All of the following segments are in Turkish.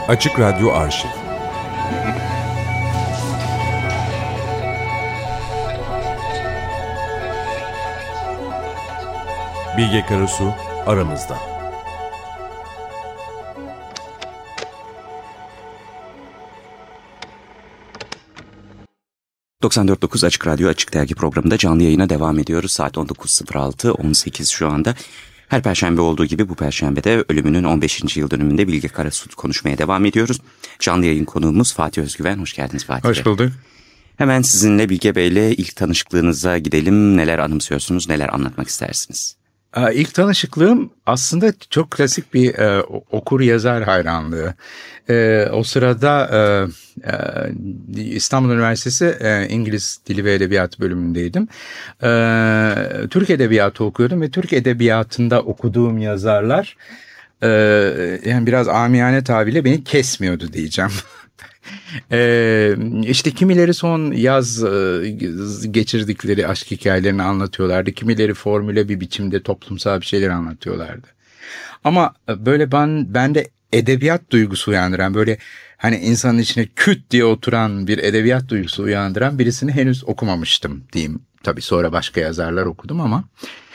Açık Radyo Arşiv. Bilge Karasu aramızda. ...94.9 Açık Radyo Açık Dergi programında canlı yayına devam ediyoruz. Saat 19.06, 18 şu anda. Her perşembe olduğu gibi bu perşembe de ölümünün 15. yıl dönümünde Bilge Karasu konuşmaya devam ediyoruz. Canlı yayın konuğumuz Fatih Özgüven. Hoş geldiniz Fatih Bey. Hoş bulduk. Hemen sizinle Bilge Bey'le ilk tanışıklığınıza gidelim. Neler anımsıyorsunuz, neler anlatmak istersiniz? İlk tanışıklığım aslında çok klasik bir okur yazar hayranlığı. O sırada İstanbul Üniversitesi İngiliz Dili ve Edebiyatı bölümündeydim. Türk Edebiyatı okuyordum ve Türk Edebiyatı'nda okuduğum yazarlar yani biraz amiyane tabirle beni kesmiyordu diyeceğim. İşte kimileri son yaz geçirdikleri aşk hikayelerini anlatıyorlardı. Kimileri formüle bir biçimde toplumsal bir şeyler anlatıyorlardı. Ama böyle bende edebiyat duygusu uyandıran, böyle hani insanın içine küt diye oturan bir edebiyat duygusu uyandıran birisini henüz okumamıştım diyeyim. Tabii sonra başka yazarlar okudum ama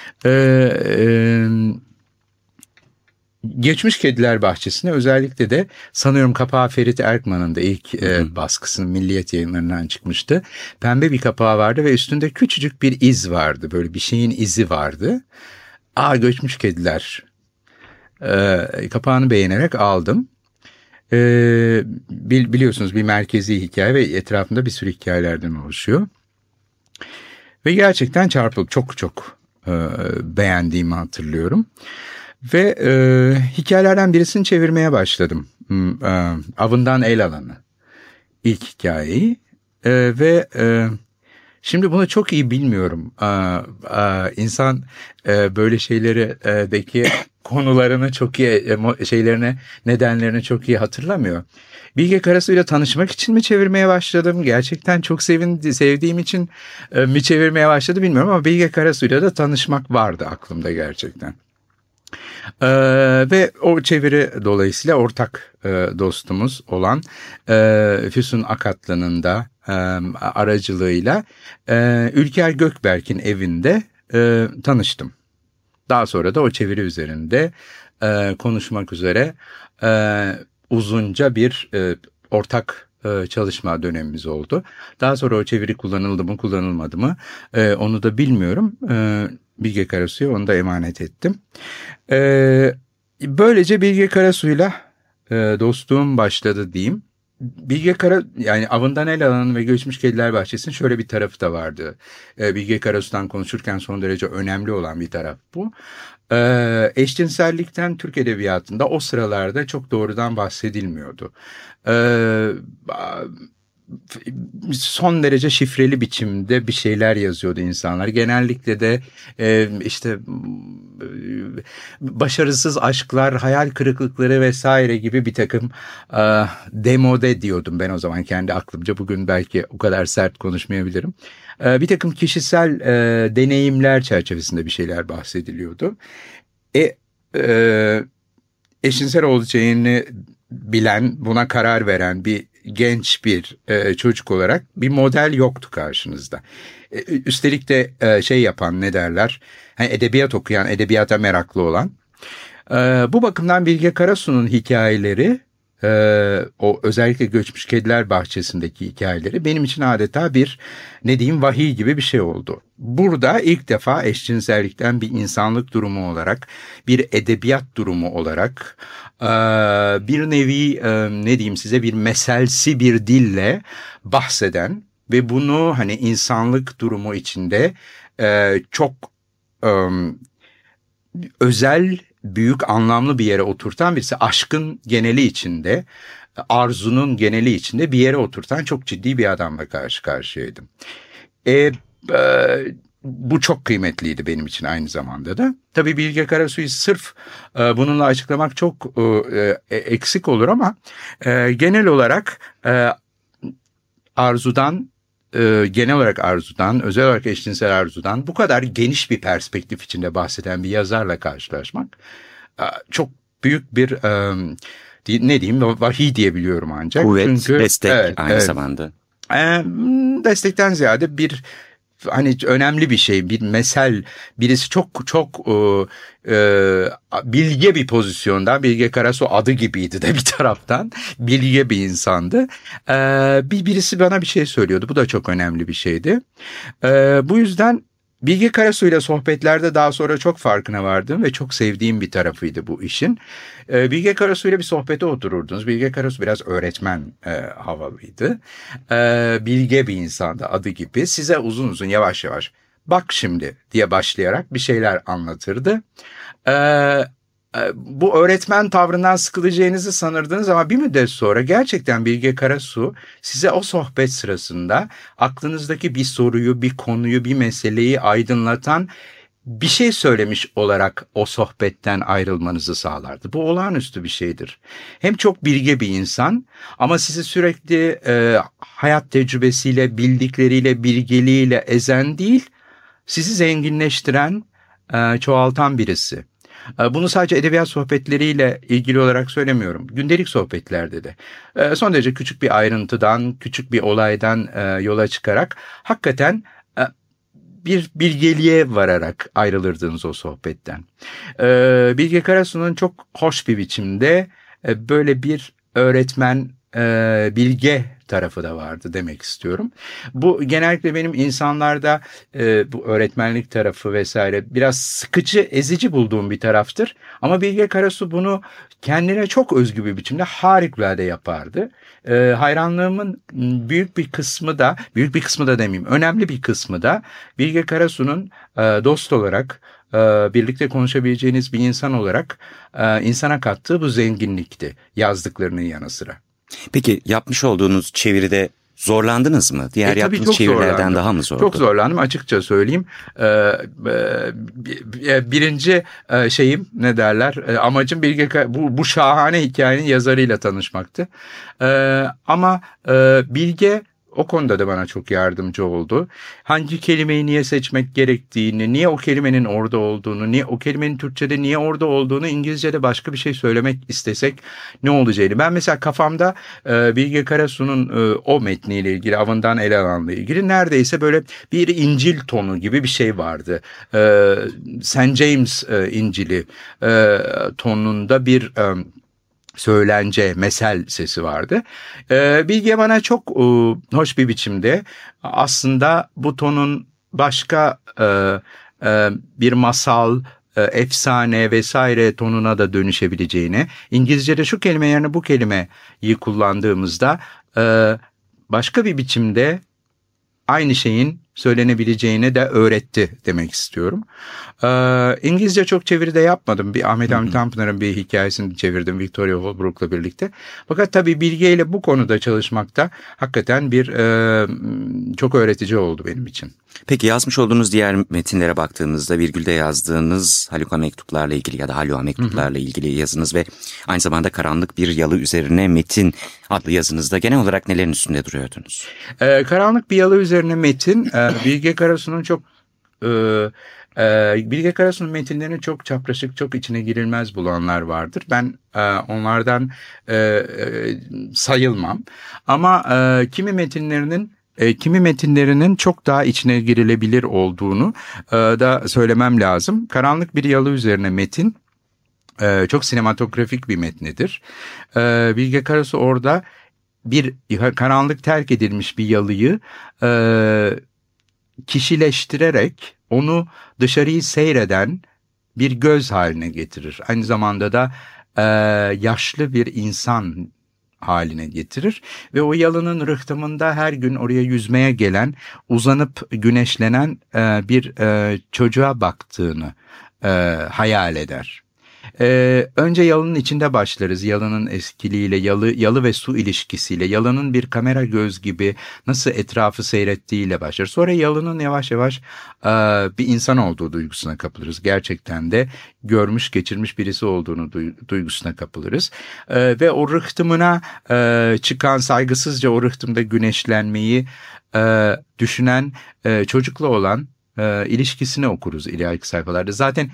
Geçmiş Kediler Bahçesi'ne, özellikle de sanıyorum kapağı Ferit Erkman'ın da ilk baskısının Milliyet Yayınları'ndan çıkmıştı. Pembe bir kapağı vardı ve üstünde küçücük bir iz vardı. Böyle bir şeyin izi vardı. Göçmüş Kediler. Kapağını beğenerek aldım. Biliyorsunuz bir merkezi hikaye ve etrafında bir sürü hikayelerden oluşuyor. Ve gerçekten çarpık, çok beğendiğimi hatırlıyorum. Ve hikayelerden birisini çevirmeye başladım. Avından El Alanı. İlk hikayeyi. Ve şimdi bunu çok iyi bilmiyorum. İnsan böyle şeylerdeki konularını çok iyi, nedenlerini çok iyi hatırlamıyor. Bilge Karasu ile tanışmak için mi çevirmeye başladım? Gerçekten çok sevdiğim için mi çevirmeye başladım bilmiyorum ama Bilge Karasu ile de tanışmak vardı aklımda gerçekten. Ve o çeviri dolayısıyla ortak dostumuz olan Füsun Akatlı'nın da aracılığıyla Ülker Gökberk'in evinde tanıştım. Daha sonra da o çeviri üzerinde konuşmak üzere uzunca bir ortak çalışma dönemimiz oldu. Daha sonra o çeviri kullanıldı mı kullanılmadı mı onu da bilmiyorum. Bilge Karasu'ya onu da emanet ettim. Böylece Bilge Karasu'yla dostluğum başladı diyeyim. Yani Avından El Alanı ve Göçmüş Kediler Bahçesi'nin şöyle bir tarafı da vardı. Bilge Karasu'dan konuşurken son derece önemli olan bir taraf bu. Eşcinsellikten Türk Edebiyatı'nda o sıralarda çok doğrudan bahsedilmiyordu. Son derece şifreli biçimde bir şeyler yazıyordu insanlar. Genellikle de işte başarısız aşklar, hayal kırıklıkları vesaire gibi bir takım demode diyordum ben o zaman kendi aklımca. Bugün belki o kadar sert konuşmayabilirim. Bir takım kişisel deneyimler çerçevesinde bir şeyler bahsediliyordu. Eşcinsel olacağını bilen, buna karar veren bir genç bir çocuk olarak bir model yoktu karşınızda. Üstelik de yapan, ne derler, hani edebiyat okuyan, edebiyata meraklı olan. Bu bakımdan Bilge Karasu'nun hikayeleri, o özellikle Göçmüş Kediler Bahçesi'ndeki hikayeleri benim için adeta bir vahiy gibi bir şey oldu. Burada ilk defa eşcinsellikten bir insanlık durumu olarak, bir edebiyat durumu olarak, bir nevi size bir meselsi bir dille bahseden ve bunu hani insanlık durumu içinde çok özel, büyük, anlamlı bir yere oturtan birisi, aşkın geneli içinde, arzunun geneli içinde bir yere oturtan çok ciddi bir adamla karşı karşıyaydım. Bu çok kıymetliydi benim için aynı zamanda da. Tabii Bilge Karasu'yu sırf bununla açıklamak çok eksik olur ama genel olarak arzudan, özel olarak eşcinsel arzudan bu kadar geniş bir perspektif içinde bahseden bir yazarla karşılaşmak çok büyük bir ne diyeyim, vahiy diyebiliyorum ancak. Kuvvet, çünkü, destek aynı zamanda. Destekten ziyade bir hani önemli bir şey, bir mesel, birisi çok bilge bir pozisyondan. Bilge Karasu adı gibiydi de bir taraftan, bilge bir insandı. Birisi bana bir şey söylüyordu, bu da çok önemli bir şeydi. Bu yüzden Bilge Karasu ile sohbetlerde daha sonra çok farkına vardım ve çok sevdiğim bir tarafıydı bu işin. Bilge Karasu ile bir sohbete otururdunuz. Bilge Karasu biraz öğretmen havalıydı. Bilge bir insandı adı gibi. Size uzun uzun, yavaş yavaş bak şimdi diye başlayarak bir şeyler anlatırdı. Bu öğretmen tavrından sıkılacağınızı sanırdınız ama bir müddet sonra gerçekten Bilge Karasu size o sohbet sırasında aklınızdaki bir soruyu, bir konuyu, bir meseleyi aydınlatan bir şey söylemiş olarak o sohbetten ayrılmanızı sağlardı. Bu olağanüstü bir şeydir. Hem çok bilge bir insan ama sizi sürekli hayat tecrübesiyle, bildikleriyle, bilgeliğiyle ezen değil, sizi zenginleştiren, çoğaltan birisi. Bunu sadece edebiyat sohbetleriyle ilgili olarak söylemiyorum. Gündelik sohbetlerde de. Son derece küçük bir ayrıntıdan, küçük bir olaydan yola çıkarak hakikaten bir bilgeliğe vararak ayrılırdınız o sohbetten. Bilge Karasu'nun çok hoş bir biçimde böyle bir öğretmen, bilge tarafı da vardı demek istiyorum. Bu genellikle benim insanlarda bu öğretmenlik tarafı vesaire biraz sıkıcı, ezici bulduğum bir taraftır. Ama Bilge Karasu bunu kendine çok özgü bir biçimde harikulade yapardı. Hayranlığımın büyük bir kısmı da demeyeyim, önemli bir kısmı da Bilge Karasu'nun dost olarak, birlikte konuşabileceğiniz bir insan olarak insana kattığı bu zenginlikti, yazdıklarının yanı sıra. Peki yapmış olduğunuz çeviride zorlandınız mı? Diğer yaptığınız çevirilerden daha mı zordu? Çok zorlandım, açıkça söyleyeyim. Birinci şeyim, ne derler, amacım bu şahane hikayenin yazarıyla tanışmaktı. Ama Bilge o konuda da bana çok yardımcı oldu. Hangi kelimeyi niye seçmek gerektiğini, niye o kelimenin orada olduğunu, niye o kelimenin Türkçe'de niye orada olduğunu, İngilizce'de başka bir şey söylemek istesek ne olacağını. Ben mesela kafamda Bilge Karasu'nun o metniyle ilgili, Avından Ele Alan'la ilgili neredeyse böyle bir İncil tonu gibi bir şey vardı. St. James İncil'i tonunda bir söylence, mesel sesi vardı. Bilge bana çok hoş bir biçimde aslında bu tonun başka bir masal, efsane vesaire tonuna da dönüşebileceğini, İngilizce'de şu kelime yerine bu kelimeyi kullandığımızda başka bir biçimde aynı şeyin söylenebileceğini de öğretti demek istiyorum. İngilizce çok çeviride yapmadım. Bir Ahmet Hamdi Tanpınar'ın bir hikayesini çevirdim Victoria Holbrook'la birlikte. Fakat tabii Bilge ile bu konuda çalışmakta hakikaten bir çok öğretici oldu benim için. Peki yazmış olduğunuz diğer metinlere baktığımızda virgülde yazdığınız Haluk'a mektuplarla ilgili ya da Haluk'a mektuplarla ilgili yazınız ve aynı zamanda Karanlık Bir Yalı Üzerine Metin adlı yazınızda genel olarak nelerin üstünde duruyordunuz? Karanlık Bir Yalı Üzerine Metin, Bilge Karasu'nun çok Bilge Karasu'nun metinlerini çok çapraşık, çok içine girilmez bulanlar vardır. Ben onlardan sayılmam. Ama kimi metinlerinin çok daha içine girilebilir olduğunu da söylemem lazım. Karanlık Bir Yalı Üzerine Metin çok sinematografik bir metnidir. Bilge Karasu orada bir karanlık terk edilmiş bir yalıyı kişileştirerek onu dışarıyı seyreden bir göz haline getirir. Aynı zamanda da yaşlı bir insan haline getirir ve o yalının rıhtımında her gün oraya yüzmeye gelen, uzanıp güneşlenen bir çocuğa baktığını hayal eder. Önce yalının içinde başlarız. Yalının eskiliğiyle, yalı ve su ilişkisiyle, yalının bir kamera göz gibi nasıl etrafı seyrettiğiyle başlar. Sonra yalının yavaş yavaş bir insan olduğu duygusuna kapılırız. Gerçekten de görmüş geçirmiş birisi olduğunu duygusuna kapılırız. Ve o rıhtımına çıkan, saygısızca o rıhtımda güneşlenmeyi düşünen, çocuklu olan ilişkisini okuruz ileriki sayfalarda. Zaten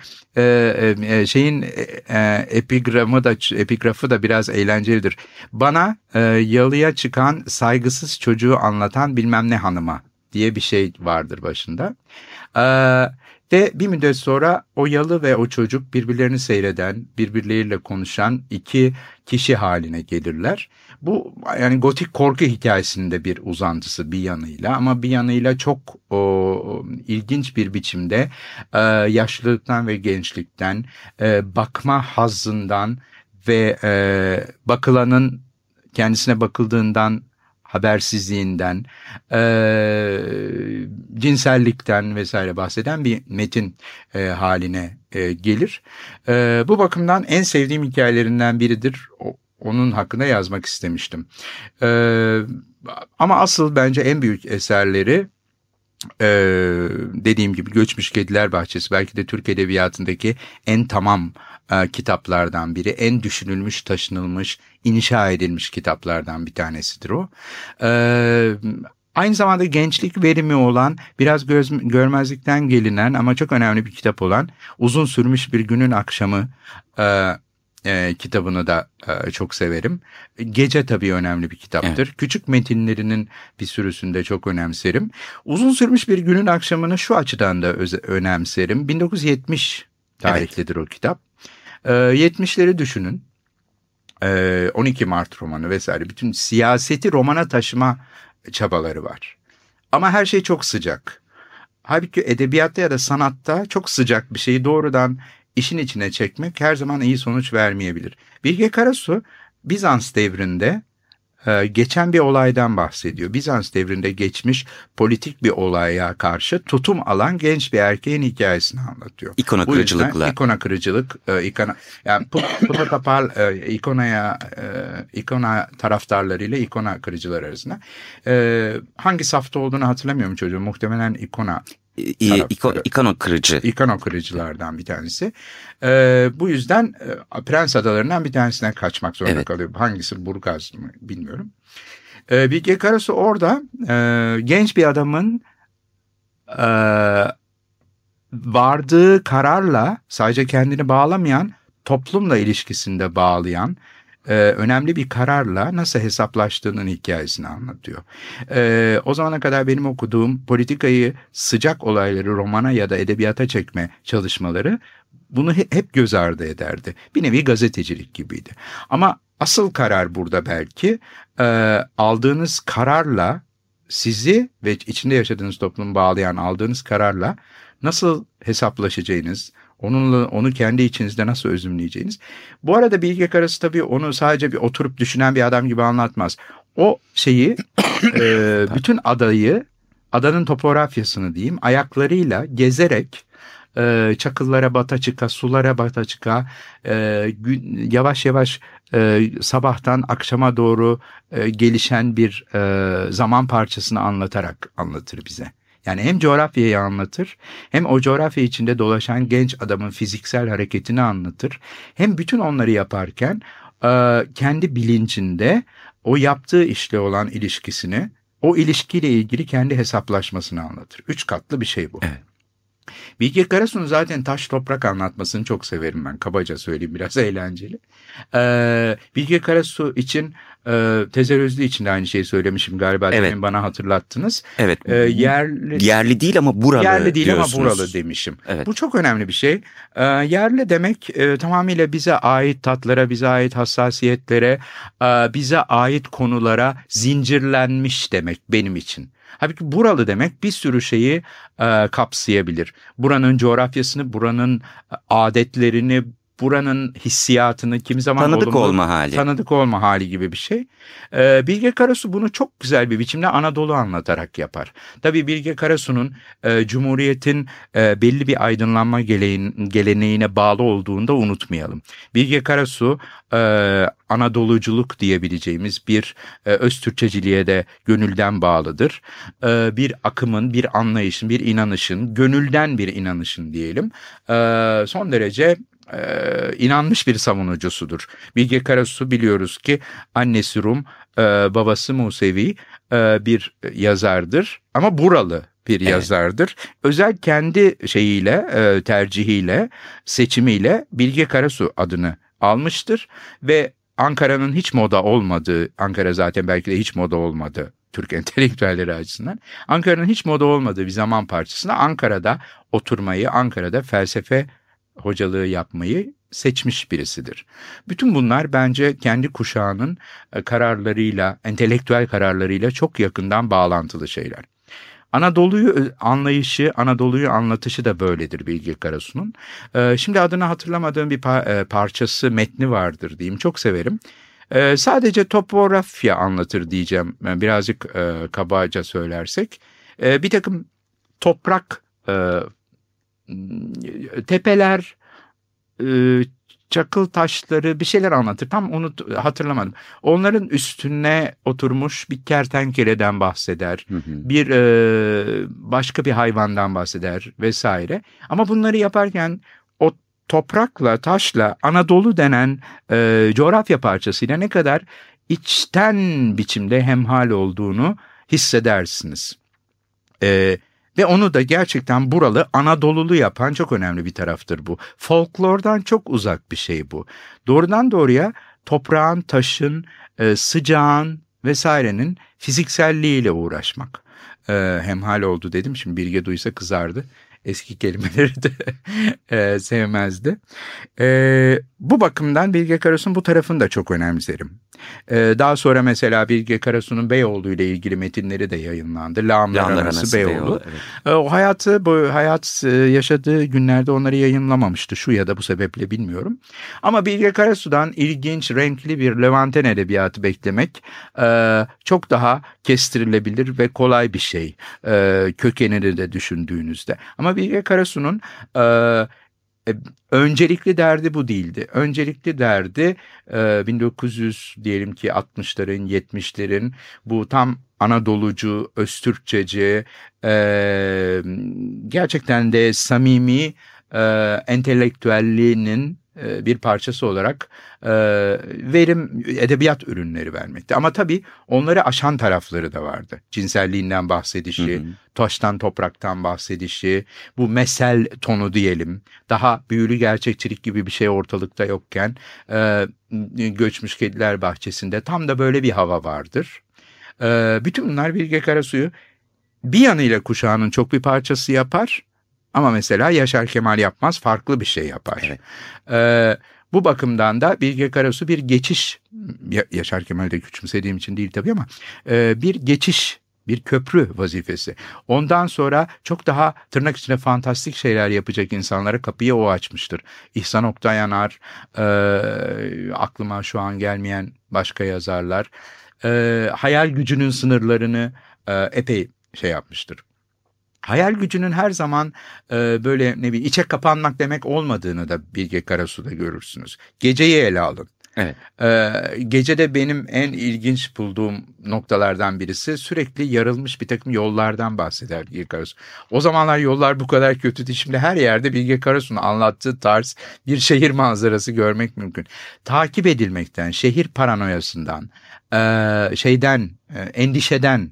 epigrafı da biraz eğlencelidir. Bana yalıya çıkan saygısız çocuğu anlatan bilmem ne hanıma diye bir şey vardır başında. Ve bir müddet sonra o yalı ve o çocuk birbirlerini seyreden, birbirleriyle konuşan iki kişi haline gelirler. Bu yani gotik korku hikayesinde bir uzantısı bir yanıyla, ama bir yanıyla çok ilginç bir biçimde yaşlılıktan ve gençlikten, bakma hazzından ve bakılanın kendisine bakıldığından habersizliğinden, cinsellikten vesaire bahseden bir metin haline gelir. Bu bakımdan en sevdiğim hikayelerinden biridir. Onun hakkında yazmak istemiştim. Ama asıl bence en büyük eserleri dediğim gibi Göçmüş Kediler Bahçesi, belki de Türk Edebiyatı'ndaki en tamam kitaplardan biri, en düşünülmüş, taşınılmış, inşa edilmiş kitaplardan bir tanesidir o. Aynı zamanda gençlik verimi olan, biraz görmezlikten gelinen ama çok önemli bir kitap olan Uzun Sürmüş Bir Günün Akşamı kitabını da çok severim. Gece tabii önemli bir kitaptır. Evet. Küçük metinlerinin bir sürüsünü de çok önemserim. Uzun Sürmüş Bir Günün Akşamını şu açıdan da önemserim. 1970 tarihlidir o kitap. 70'leri düşünün. 12 Mart romanı vesaire. Bütün siyaseti romana taşıma çabaları var. Ama her şey çok sıcak. Halbuki edebiyatta ya da sanatta çok sıcak bir şeyi doğrudan işin içine çekmek her zaman iyi sonuç vermeyebilir. Bilge Karasu Bizans devrinde geçen bir olaydan bahsediyor. Bizans devrinde geçmiş politik bir olaya karşı tutum alan genç bir erkeğin hikayesini anlatıyor. İkona kırıcılıkla. İkona kırıcılık, yani Putapal ikona taraftarlarıyla ikona kırıcılar arasında. Hangi safta olduğunu hatırlamıyorum çocuğum. Muhtemelen ikona. İkona kırıcı. İkona kırıcılardan bir tanesi. Bu yüzden Prens Adalarından bir tanesine kaçmak zorunda kalıyor. Hangisi, Burgaz mı bilmiyorum. Bilge Karasu orada genç bir adamın vardığı kararla sadece kendini bağlamayan, toplumla ilişkisinde bağlayan önemli bir kararla nasıl hesaplaştığının hikayesini anlatıyor. O zamana kadar benim okuduğum politikayı, sıcak olayları romana ya da edebiyata çekme çalışmaları bunu hep göz ardı ederdi. Bir nevi gazetecilik gibiydi. Ama asıl karar burada belki aldığınız kararla sizi ve içinde yaşadığınız toplumu bağlayan aldığınız kararla nasıl hesaplaşacağınız, onu kendi içinizde nasıl özümleyeceğiniz. Bu arada Bilge Karasu tabii onu sadece bir oturup düşünen bir adam gibi anlatmaz. O şeyi bütün adanın topografyasını diyeyim, ayaklarıyla gezerek çakıllara bata çıka, sulara bata çıka, yavaş yavaş sabahtan akşama doğru gelişen bir zaman parçasını anlatarak anlatır bize. Yani hem coğrafyayı anlatır, hem o coğrafya içinde dolaşan genç adamın fiziksel hareketini anlatır. Hem bütün onları yaparken kendi bilincinde o yaptığı işle olan ilişkisini, o ilişkiyle ilgili kendi hesaplaşmasını anlatır. 3 katlı bir şey bu. Evet. Bilge Karasu'nun zaten taş toprak anlatmasını çok severim ben. Kabaca söyleyeyim, biraz eğlenceli. Bilge Karasu için, Tezer Özlü için de aynı şeyi söylemişim galiba. Evet. Demin bana hatırlattınız. Evet. Yerli değil ama buralı. Yerli değil ama buralı demişim. Evet. Bu çok önemli bir şey. Yerli demek tamamıyla bize ait tatlara, bize ait hassasiyetlere, bize ait konulara zincirlenmiş demek benim için. Halbuki buralı demek bir sürü şeyi kapsayabilir. Buranın coğrafyasını, buranın adetlerini, buranın hissiyatını, kimi zaman tanıdık olma hali. Tanıdık olma hali gibi bir şey. Bilge Karasu bunu çok güzel bir biçimde Anadolu anlatarak yapar. Tabii Bilge Karasu'nun Cumhuriyet'in belli bir aydınlanma geleneğine bağlı olduğunu da unutmayalım. Bilge Karasu Anadoluculuk diyebileceğimiz bir öz Türkçeciliğe de gönülden bağlıdır. Bir akımın, bir anlayışın, bir inanışın, gönülden bir inanışın diyelim. Son derece inanmış bir savunucusudur. Bilge Karasu biliyoruz ki annesi Rum, babası Musevi bir yazardır ama buralı bir yazardır. Özel kendi şeyiyle, tercihiyle, seçimiyle Bilge Karasu adını almıştır ve Ankara'nın hiç moda olmadığı, Ankara zaten belki de hiç moda olmadı Türk entelektüelleri açısından. Ankara'nın hiç moda olmadığı bir zaman parçasında Ankara'da oturmayı, Ankara'da felsefe hocalığı yapmayı seçmiş birisidir. Bütün bunlar bence kendi kuşağının kararlarıyla, entelektüel kararlarıyla çok yakından bağlantılı şeyler. Anadolu'yu anlayışı, Anadolu'yu anlatışı da böyledir Bilge Karasu'nun. Şimdi adını hatırlamadığım bir parçası, metni vardır diyeyim. Çok severim. Sadece topografya anlatır diyeceğim. Birazcık kabaca söylersek. Bir takım toprak, tepeler, çakıl taşları bir şeyler anlatır. Tam onu hatırlamadım. Onların üstüne oturmuş bir kertenkeleden bahseder. Bir başka bir hayvandan bahseder vesaire. Ama bunları yaparken o toprakla, taşla, Anadolu denen coğrafya parçasıyla ne kadar içten biçimde hemhal olduğunu hissedersiniz. Ve onu da gerçekten buralı, Anadolulu yapan çok önemli bir taraftır bu. Folklordan çok uzak bir şey bu. Doğrudan doğruya toprağın, taşın, sıcağın vesairenin fizikselliğiyle uğraşmak. Hemhal oldu dedim, şimdi Bilge duysa kızardı. Eski kelimeleri de sevmezdi. Bu bakımdan Bilge Karasu'nun bu tarafını da çok önemserim. Daha sonra mesela Bilge Karasu'nun Beyoğlu ile ilgili metinleri de yayınlandı. Lağımlar Anası Beyoğlu. Evet. O hayat yaşadığı günlerde onları yayınlamamıştı. Şu ya da bu sebeple bilmiyorum. Ama Bilge Karasu'dan ilginç, renkli bir Levanten edebiyatı beklemek çok daha kestirilebilir ve kolay bir şey. Kökenini de düşündüğünüzde. Ama Bilge Karasu'nun öncelikli derdi bu değildi. Öncelikli derdi 1900 diyelim ki 60'ların 70'lerin bu tam Anadolucu, Öztürkçeci, gerçekten de samimi entelektüelliğinin bir parçası olarak edebiyat ürünleri vermekte. Ama tabii onları aşan tarafları da vardı. Cinselliğinden bahsedişi, taştan topraktan bahsedişi, bu mesel tonu diyelim, daha büyülü gerçekçilik gibi bir şey ortalıkta yokken Göçmüş Kediler Bahçesi'nde tam da böyle bir hava vardır. Bütün bunlar Bilge Karasu'yu bir yanıyla kuşağının çok bir parçası yapar. Ama mesela Yaşar Kemal yapmaz, farklı bir şey yapar. Evet. Bu bakımdan da Bilge Karasu bir geçiş, Yaşar Kemal'i de küçümsediğim için değil tabii ama bir geçiş, bir köprü vazifesi. Ondan sonra çok daha tırnak içinde fantastik şeyler yapacak insanlara kapıyı o açmıştır. İhsan Oktayanar, aklıma şu an gelmeyen başka yazarlar, hayal gücünün sınırlarını epey şey yapmıştır. Hayal gücünün her zaman böyle içe kapanmak demek olmadığını da Bilge Karasu'da görürsünüz. Geceyi ele alın. Evet. Gecede benim en ilginç bulduğum noktalardan birisi sürekli yarılmış bir takım yollardan bahseder Bilge Karasu. O zamanlar yollar bu kadar kötüydü. Şimdi her yerde Bilge Karasu'nun anlattığı tarz bir şehir manzarası görmek mümkün. Takip edilmekten, şehir paranoyasından, endişeden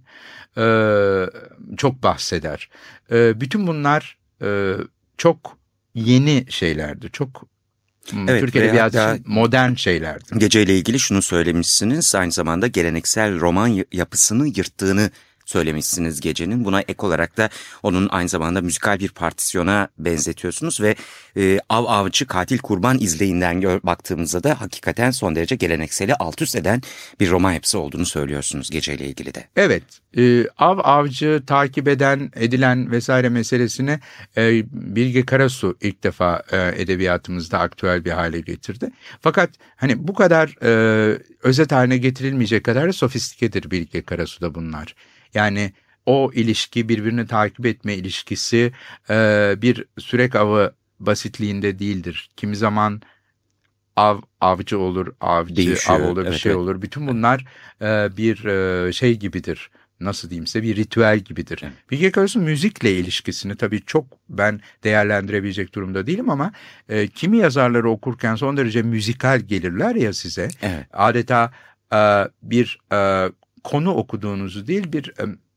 çok bahseder. Bütün bunlar çok yeni şeylerdi. Çok Türk edebiyatı için modern şeylerdi. Geceyle ilgili şunu söylemişsiniz. Aynı zamanda geleneksel roman yapısını yırttığını söylemişsiniz Gece'nin. Buna ek olarak da onun aynı zamanda müzikal bir partisyona benzetiyorsunuz ve av avcı katil kurban izleyinden baktığımızda da hakikaten son derece gelenekseli alt üst eden bir roman yapısı olduğunu söylüyorsunuz Gece'yle ilgili de. Evet, av avcı takip edilen vesaire meselesini Bilge Karasu ilk defa edebiyatımızda aktüel bir hale getirdi. Fakat hani bu kadar özet haline getirilmeyecek kadar sofistikedir Bilge Karasu'da bunlar. Yani o ilişki, birbirini takip etme ilişkisi bir sürek avı basitliğinde değildir. Kimi zaman avcı olur, değişiyor, av olur, bir şey olur. Bütün bunlar bir şey gibidir. Nasıl diyeyim size, bir ritüel gibidir. Evet. Bilge Karasu'nun müzikle ilişkisini tabii çok ben değerlendirebilecek durumda değilim ama kimi yazarları okurken son derece müzikal gelirler ya size. Evet. Adeta bir konu okuduğunuzu değil, bir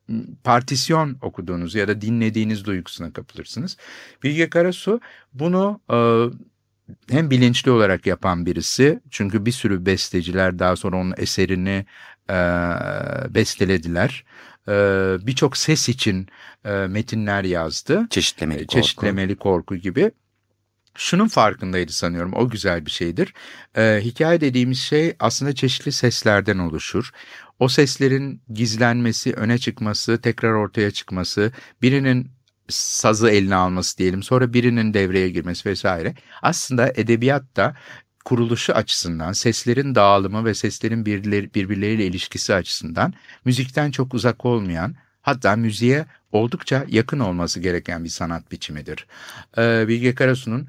partisyon okuduğunuz ya da dinlediğiniz duygusuna kapılırsınız. Bilge Karasu bunu hem bilinçli olarak yapan birisi, çünkü bir sürü besteciler daha sonra onun eserini bestelediler. Birçok ses için metinler yazdı. Çeşitlemeli korku gibi. Şunun farkındaydı sanıyorum, o güzel bir şeydir. Hikaye dediğimiz şey aslında çeşitli seslerden oluşur. O seslerin gizlenmesi, öne çıkması, tekrar ortaya çıkması, birinin sazı eline alması diyelim, sonra birinin devreye girmesi vesaire. Aslında edebiyatta kuruluşu açısından, seslerin dağılımı ve seslerin birbirleriyle ilişkisi açısından müzikten çok uzak olmayan, hatta müziğe oldukça yakın olması gereken bir sanat biçimidir. Bilge Karasu'nun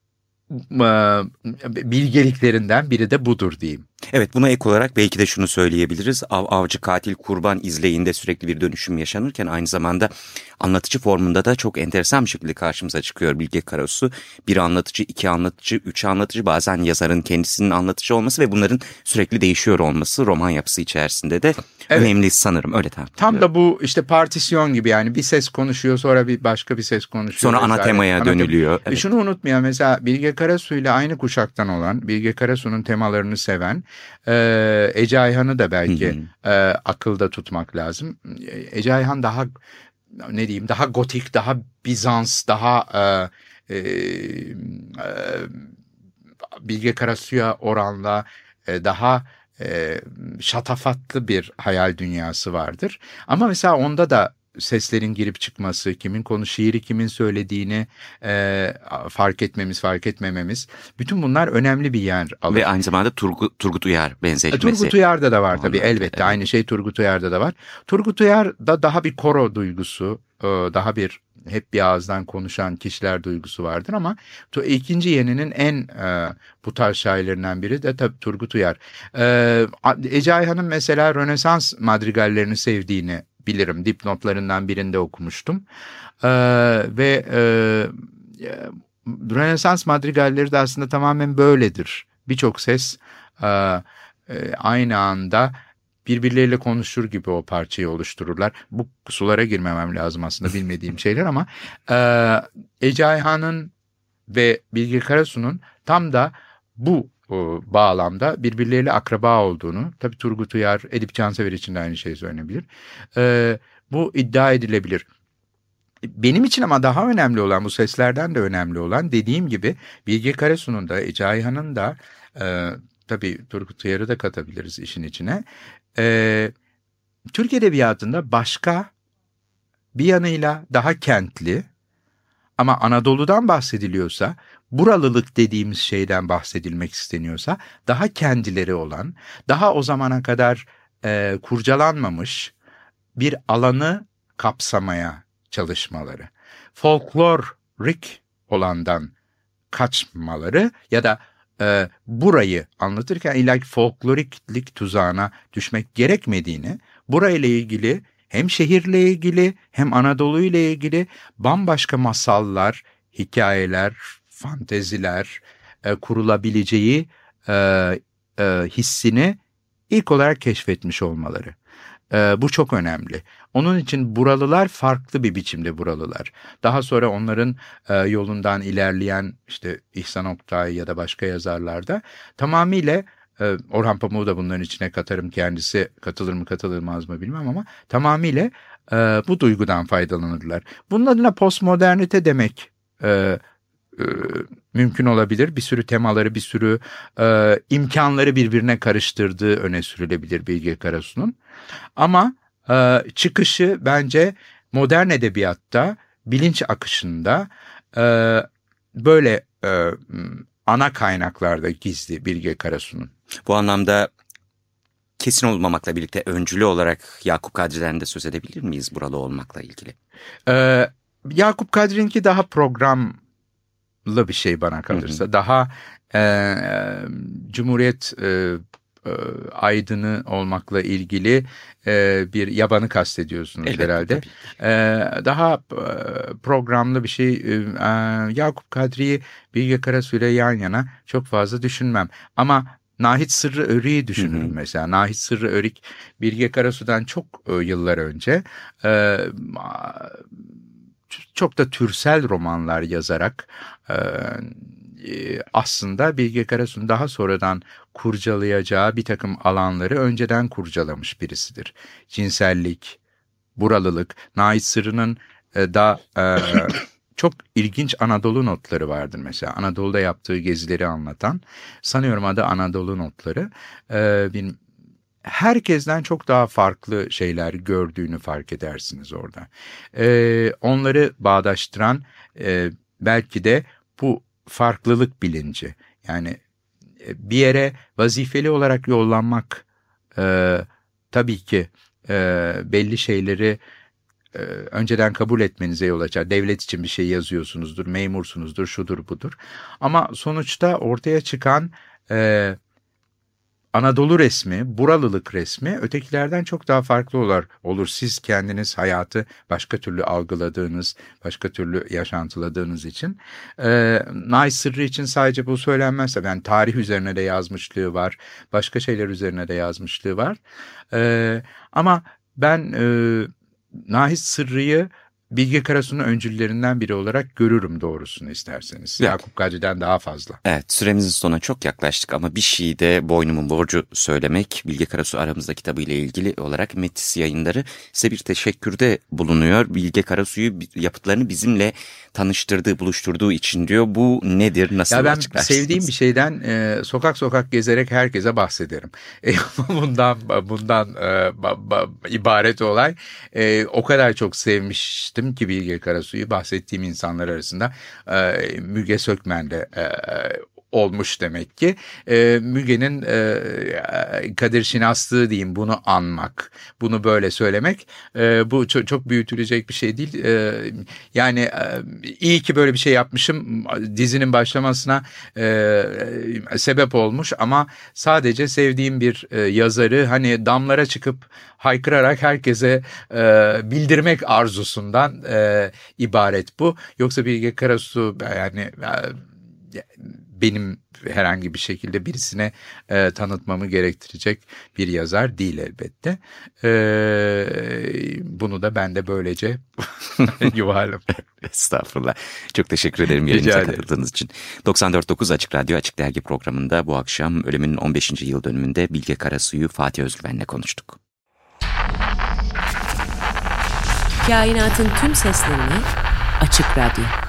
bilgeliklerinden biri de budur diyeyim. Evet, buna ek olarak belki de şunu söyleyebiliriz. Avcı, katil, kurban izleyinde sürekli bir dönüşüm yaşanırken aynı zamanda anlatıcı formunda da çok enteresan bir şekilde karşımıza çıkıyor Bilge Karasu. Bir anlatıcı, iki anlatıcı, üç anlatıcı, bazen yazarın kendisinin anlatıcı olması ve bunların sürekli değişiyor olması roman yapısı içerisinde de önemli sanırım. Öyle tam da bu işte partisyon gibi, yani bir ses konuşuyor, sonra başka bir ses konuşuyor. Sonra ana temaya dönülüyor. Evet. Şunu unutmayalım, mesela Bilge Karasu ile aynı kuşaktan olan, Bilge Karasu'nun temalarını seven Ece Ayhan'ı da belki akılda tutmak lazım. Ece Ayhan daha ne diyeyim, daha gotik, daha Bizans, daha Bilge Karasu'ya oranla daha şatafatlı bir hayal dünyası vardır. Ama mesela onda da seslerin girip çıkması, kimin şiiri kimin söylediğini fark etmememiz, bütün bunlar önemli bir yer alır. Ve aynı zamanda Turgut Uyar benzeşmesi. Turgut Uyar'da da var tabii, elbette. Evet. Aynı şey Turgut Uyar'da da var. Turgut Uyar'da daha bir koro duygusu, daha bir hep bir ağızdan konuşan kişiler duygusu vardır, ama ikinci yeninin en bu tarz şairlerinden biri de tabii Turgut Uyar. Ece Ayhan'ın mesela Rönesans madrigallerini sevdiğini bilirim. Dipnotlarından birinde okumuştum. Ve Rönesans madrigalleri de aslında tamamen böyledir. Birçok ses aynı anda birbirleriyle konuşur gibi o parçayı oluştururlar. Bu sulara girmemem lazım aslında, bilmediğim şeyler, ama Ece Ayhan'ın ve Bilge Karasu'nun tam da bu bağlamda birbirleriyle akraba olduğunu, tabii Turgut Uyar, Edip Cansever için de aynı şey söylenebilir. Bu iddia edilebilir. Benim için ama daha önemli olan, bu seslerden de önemli olan, dediğim gibi Bilge Karasu'nun da Ece Ayhan'ın da tabii Turgut Uyar'ı da katabiliriz işin içine. Türk Edebiyatı'nda başka, bir yanıyla daha kentli, ama Anadolu'dan bahsediliyorsa, buralılık dediğimiz şeyden bahsedilmek isteniyorsa, daha kendileri olan, daha o zamana kadar kurcalanmamış bir alanı kapsamaya çalışmaları, folklorik olandan kaçmaları ya da burayı anlatırken illaki folkloriklik tuzağına düşmek gerekmediğini, burayla ilgili hem şehirle ilgili hem Anadolu ile ilgili bambaşka masallar, hikayeler, fanteziler kurulabileceği hissini ilk olarak keşfetmiş olmaları. Bu çok önemli. Onun için buralılar farklı bir biçimde buralılar. Daha sonra onların yolundan ilerleyen işte İhsan Oktay ya da başka yazarlarda tamamıyla, Orhan Pamuk'u da bunların içine katarım, kendisi katılır mı katılmaz mı bilmem, ama tamamıyla bu duygudan faydalanırlar. Bunun adına postmodernite demek mümkün olabilir. Bir sürü temaları, bir sürü imkanları birbirine karıştırdığı öne sürülebilir Bilge Karasu'nun. Ama çıkışı bence modern edebiyatta, bilinç akışında böyle ana kaynaklarda gizli Bilge Karasu'nun. Bu anlamda kesin olmamakla birlikte öncülü olarak Yakup Kadri'den de söz edebilir miyiz buralı olmakla ilgili? Yakup Kadri'ninki daha programlı bir şey bana kalırsa. Daha Cumhuriyet aydını olmakla ilgili bir yabanı kastediyorsunuz herhalde. Daha programlı bir şey. Yakup Kadri'yi Bilge Karasu ile yan yana çok fazla düşünmem. Ama Nahit Sırrı Örik'i düşünürüm mesela. Nahit Sırrı Örik, Bilge Karasu'dan çok yıllar önce çok da türsel romanlar yazarak aslında Bilge Karasu'nun daha sonradan kurcalayacağı bir takım alanları önceden kurcalamış birisidir. Cinsellik, buralılık, Nahit Sırrı'nın da çok ilginç Anadolu notları vardır mesela. Anadolu'da yaptığı gezileri anlatan, sanıyorum adı Anadolu Notları. Herkesten çok daha farklı şeyler gördüğünü fark edersiniz orada. Onları bağdaştıran belki de bu farklılık bilinci. Yani bir yere vazifeli olarak yollanmak tabii ki belli şeyleri önceden kabul etmenize yol açar. Devlet için bir şey yazıyorsunuzdur, memursunuzdur, şudur budur. Ama sonuçta ortaya çıkan Anadolu resmi, buralılık resmi ötekilerden çok daha farklı olur. Siz kendiniz hayatı başka türlü algıladığınız, başka türlü yaşantıladığınız için. Nahit Sırrı için sadece bu söylenmez. Yani tarih üzerine de yazmışlığı var, başka şeyler üzerine de yazmışlığı var. Ama ben Nahit Sırrı'yı Bilge Karasu'nun öncüllerinden biri olarak görürüm doğrusunu isterseniz. Evet. Yakup Kadri'den daha fazla. Evet, süremizin sonuna çok yaklaştık ama bir şeyi de boynumun borcu söylemek. Bilge Karasu Aramızda kitabı ile ilgili olarak Metis Yayınları size bir teşekkürde bulunuyor. Bilge Karasu'yu yapıtlarını bizimle tanıştırdığı, buluşturduğu için diyor. Bu nedir, nasıl açıklarsınız? Ben sevdiğim bir şeyden sokak sokak gezerek herkese bahsederim. Bundan ibaret olay. O kadar çok sevmiştim ki Bilge Karasu'yu, bahsettiğim insanlar arasında Müge Sökmen de olmuş demek ki. Müge'nin kadir şinaslığı diyeyim, bunu anmak, bunu böyle söylemek, bu çok büyütülecek bir şey değil. Yani iyi ki böyle bir şey yapmışım, dizinin başlamasına sebep olmuş ama sadece sevdiğim bir yazarı hani damlara çıkıp haykırarak herkese bildirmek arzusundan ibaret bu. Yoksa Bilge Karasu yani benim herhangi bir şekilde birisine tanıtmamı gerektirecek bir yazar değil elbette. Bunu da ben de böylece yuvarlam. Estağfurullah. Çok teşekkür ederim yayınımıza katıldığınız için. 94.9 Açık Radyo Açık Dergi programında bu akşam ölümünün 15. yıl dönümünde Bilge Karasu'yu Fatih Özgüven'le konuştuk. Kainatın tüm seslerini Açık Radyo.